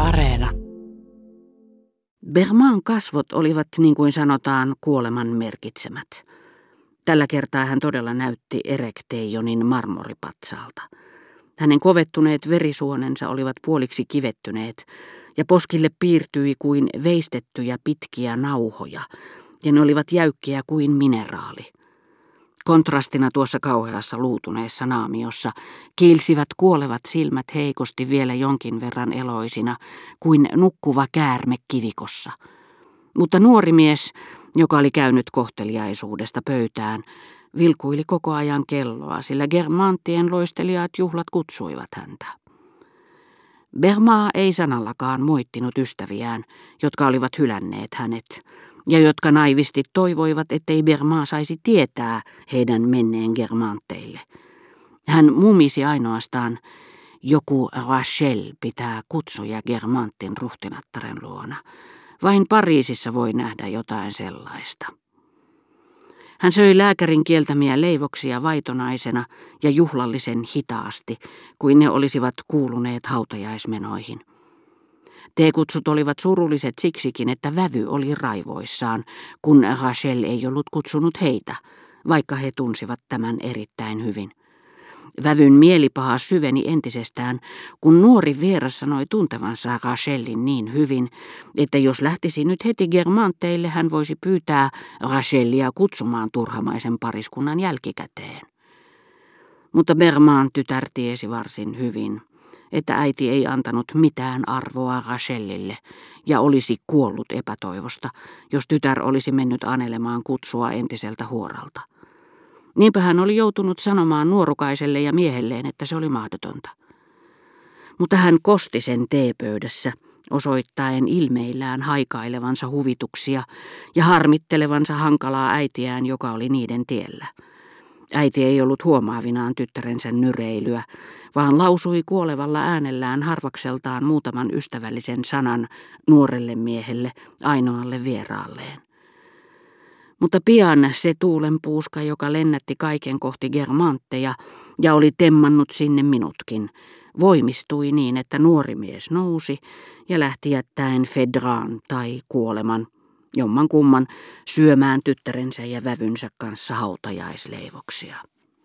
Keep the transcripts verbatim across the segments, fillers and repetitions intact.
Areena. Berman kasvot olivat, niin kuin sanotaan, kuoleman merkitsemät. Tällä kertaa hän todella näytti Erekteijonin marmoripatsaalta. Hänen kovettuneet verisuonensa olivat puoliksi kivettyneet, ja poskille piirtyi kuin veistettyjä pitkiä nauhoja, ja ne olivat jäykkiä kuin mineraali. Kontrastina tuossa kauheassa luutuneessa naamiossa kiilsivät kuolevat silmät heikosti vielä jonkin verran eloisina kuin nukkuva käärme kivikossa. Mutta nuori mies, joka oli käynyt kohteliaisuudesta pöytään, vilkuili koko ajan kelloa, sillä Guermantesin loistelijaat juhlat kutsuivat häntä. Berma ei sanallakaan moittinut ystäviään, jotka olivat hylänneet hänet, ja jotka naivisti toivoivat, ettei Berma saisi tietää heidän menneen Guermanteille. Hän mumisi ainoastaan, joku Rachel pitää kutsuja Guermanten ruhtinattaren luona. Vain Pariisissa voi nähdä jotain sellaista. Hän söi lääkärin kieltämiä leivoksia vaitonaisena ja juhlallisen hitaasti, kuin ne olisivat kuuluneet hautajaismenoihin. Teekutsut olivat surulliset siksikin, että vävy oli raivoissaan, kun Rachel ei ollut kutsunut heitä, vaikka he tunsivat tämän erittäin hyvin. Vävyn mielipaha syveni entisestään, kun nuori vieras sanoi tuntevansa Rachelin niin hyvin, että jos lähtisi nyt heti Guermanteille, hän voisi pyytää Rachelia kutsumaan turhamaisen pariskunnan jälkikäteen. Mutta Berman tytär tiesi varsin hyvin, että äiti ei antanut mitään arvoa Rachelille ja olisi kuollut epätoivosta, jos tytär olisi mennyt anelemaan kutsua entiseltä huoralta. Niinpä hän oli joutunut sanomaan nuorukaiselle ja miehelleen, että se oli mahdotonta. Mutta hän kosti sen teepöydässä, osoittaen ilmeillään haikailevansa huvituksia ja harmittelevansa hankalaa äitiään, joka oli niiden tiellä. Äiti ei ollut huomaavinaan tyttärensä nyreilyä, vaan lausui kuolevalla äänellään harvakseltaan muutaman ystävällisen sanan nuorelle miehelle, ainoalle vieraalleen. Mutta pian se tuulenpuuska, joka lennätti kaiken kohti Guermanteja ja oli temmannut sinne minutkin, voimistui niin, että nuori mies nousi ja lähti jättäen Fedran tai kuoleman, jomman kumman, syömään tyttärensä ja vävynsä kanssa hautajaisleivoksia.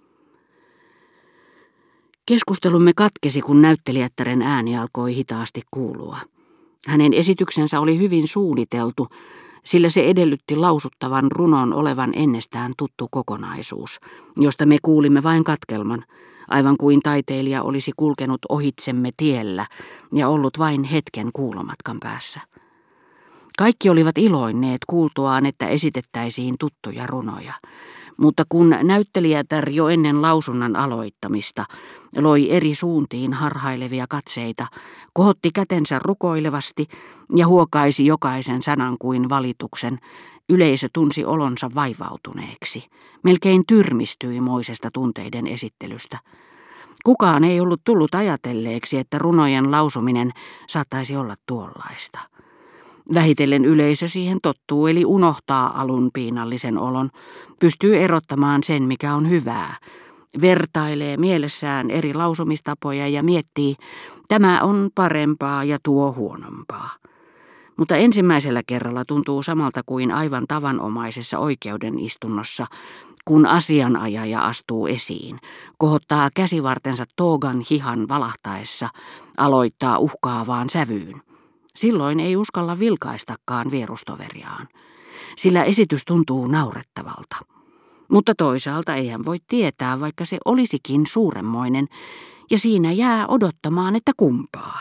Keskustelumme katkesi, kun näyttelijättären ääni alkoi hitaasti kuulua. Hänen esityksensä oli hyvin suunniteltu, sillä se edellytti lausuttavan runon olevan ennestään tuttu kokonaisuus, josta me kuulimme vain katkelman, aivan kuin taiteilija olisi kulkenut ohitsemme tiellä ja ollut vain hetken kuulomatkan päässä. Kaikki olivat iloinneet kuultuaan, että esitettäisiin tuttuja runoja, mutta kun näyttelijätär jo ennen lausunnan aloittamista loi eri suuntiin harhailevia katseita, kohotti kätensä rukoilevasti ja huokaisi jokaisen sanan kuin valituksen, yleisö tunsi olonsa vaivautuneeksi, melkein tyrmistyi moisesta tunteiden esittelystä. Kukaan ei ollut tullut ajatelleeksi, että runojen lausuminen saattaisi olla tuollaista. Vähitellen yleisö siihen tottuu, eli unohtaa alun piinallisen olon, pystyy erottamaan sen, mikä on hyvää, vertailee mielessään eri lausumistapoja ja miettii, tämä on parempaa ja tuo huonompaa. Mutta ensimmäisellä kerralla tuntuu samalta kuin aivan tavanomaisessa oikeudenistunnossa, kun asianajaja astuu esiin, kohottaa käsivartensa toogan hihan valahtaessa, aloittaa uhkaavaan sävyyn. Silloin ei uskalla vilkaistakaan vierustoveriaan, sillä esitys tuntuu naurettavalta. Mutta toisaalta ei hän voi tietää, vaikka se olisikin suuremmoinen, ja siinä jää odottamaan, että kumpaa.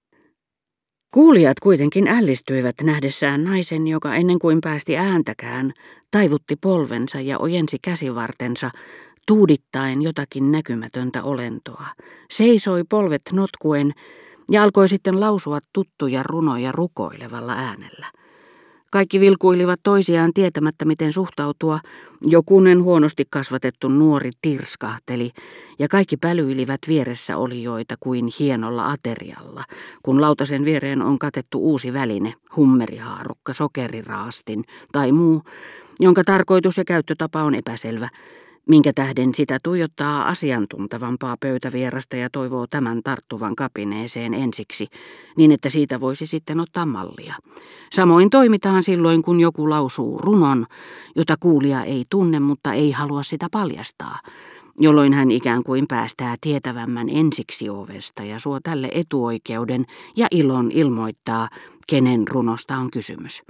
Kuulijat kuitenkin ällistyivät nähdessään naisen, joka ennen kuin päästi ääntäkään, taivutti polvensa ja ojensi käsivartensa, tuudittaen jotakin näkymätöntä olentoa, seisoi polvet notkuen, ja alkoi sitten lausua tuttuja runoja rukoilevalla äänellä. Kaikki vilkuilivat toisiaan tietämättä, miten suhtautua. Jokunen huonosti kasvatettu nuori tirskahteli, ja kaikki pälyilivät vieressä olijoita kuin hienolla aterialla, kun lautasen viereen on katettu uusi väline, hummerihaarukka, sokeriraastin tai muu, jonka tarkoitus ja käyttötapa on epäselvä. minkä tähden sitä tuijottaa asiantuntevampaa pöytävierasta ja toivoo tämän tarttuvan kapineeseen ensiksi, niin että siitä voisi sitten ottaa mallia. Samoin toimitaan silloin, kun joku lausuu runon, jota kuulija ei tunne, mutta ei halua sitä paljastaa, jolloin hän ikään kuin päästää tietävämmän ensiksi ovesta ja suo tälle etuoikeuden ja ilon ilmoittaa, kenen runosta on kysymys.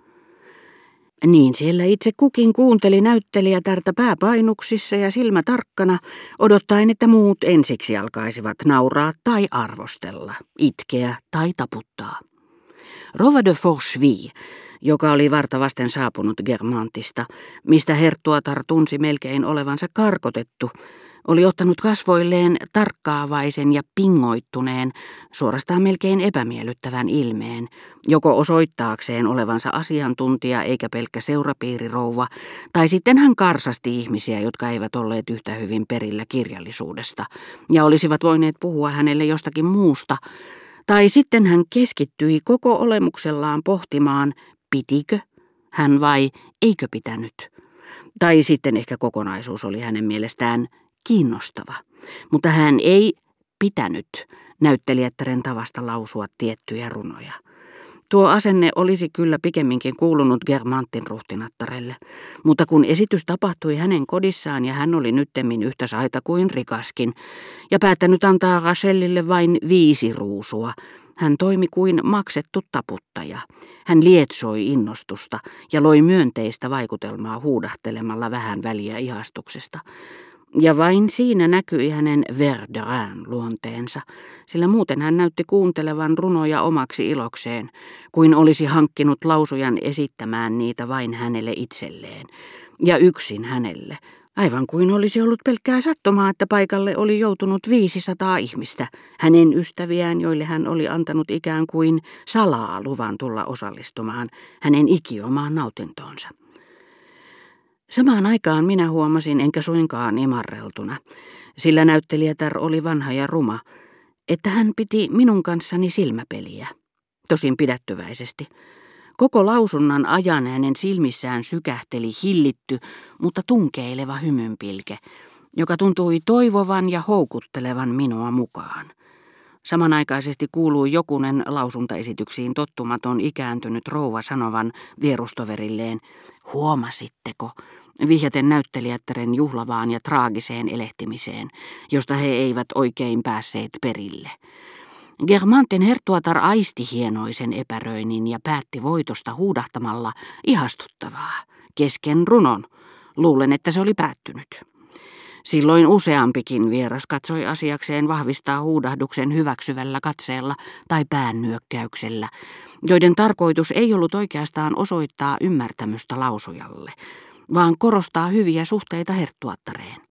Niin siellä itse kukin kuunteli näyttelijätärtä pääpainuksissa ja silmä tarkkana, odottaen, että muut ensiksi alkaisivat nauraa tai arvostella, itkeä tai taputtaa. Rova de Forcheville, joka oli vartavasten saapunut Guermantista, mistä herttuatar tunsi melkein olevansa karkotettu, oli ottanut kasvoilleen tarkkaavaisen ja pingoittuneen, suorastaan melkein epämiellyttävän ilmeen, joko osoittaakseen olevansa asiantuntija eikä pelkkä seurapiirirouva, tai sitten hän karsasti ihmisiä, jotka eivät olleet yhtä hyvin perillä kirjallisuudesta, ja olisivat voineet puhua hänelle jostakin muusta, tai sitten hän keskittyi koko olemuksellaan pohtimaan, pitikö hän vai eikö pitänyt. Tai sitten ehkä kokonaisuus oli hänen mielestään kiinnostava, mutta hän ei pitänyt näyttelijättären tavasta lausua tiettyjä runoja. Tuo asenne olisi kyllä pikemminkin kuulunut Guermantin ruhtinattarelle, mutta kun esitys tapahtui hänen kodissaan ja hän oli nyttemmin yhtä saita kuin rikaskin ja päättänyt antaa Rachelille vain viisi ruusua, hän toimi kuin maksettu taputtaja. Hän lietsoi innostusta ja loi myönteistä vaikutelmaa huudahtelemalla vähän väliä ihastuksesta. Ja vain siinä näkyi hänen Verdurin luonteensa, sillä muuten hän näytti kuuntelevan runoja omaksi ilokseen, kuin olisi hankkinut lausujan esittämään niitä vain hänelle itselleen, ja yksin hänelle, aivan kuin olisi ollut pelkkää sattumaa, että paikalle oli joutunut viisisataa ihmistä, hänen ystäviään, joille hän oli antanut ikään kuin salaa luvan tulla osallistumaan hänen ikiomaan nautintoonsa. Samaan aikaan minä huomasin, enkä suinkaan imarreltuna, sillä näyttelijätär oli vanha ja ruma, että hän piti minun kanssani silmäpeliä, tosin pidättyväisesti. Koko lausunnan ajan hänen silmissään sykähteli hillitty, mutta tunkeileva hymynpilke, joka tuntui toivovan ja houkuttelevan minua mukaan. Samanaikaisesti kuului jokunen lausuntaesityksiin tottumaton ikääntynyt rouva sanovan vierustoverilleen, huomasitteko, vihjaten näyttelijättären juhlavaan ja traagiseen elehtimiseen, josta he eivät oikein päässeet perille. Guermantin herttuatar aisti hienoisen epäröinnin ja päätti voitosta huudahtamalla ihastuttavaa, kesken runon, luulen, että se oli päättynyt. Silloin useampikin vieras katsoi asiakseen vahvistaa huudahduksen hyväksyvällä katseella tai päännyökkäyksellä, joiden tarkoitus ei ollut oikeastaan osoittaa ymmärtämystä lausujalle, vaan korostaa hyviä suhteita herttuattareen.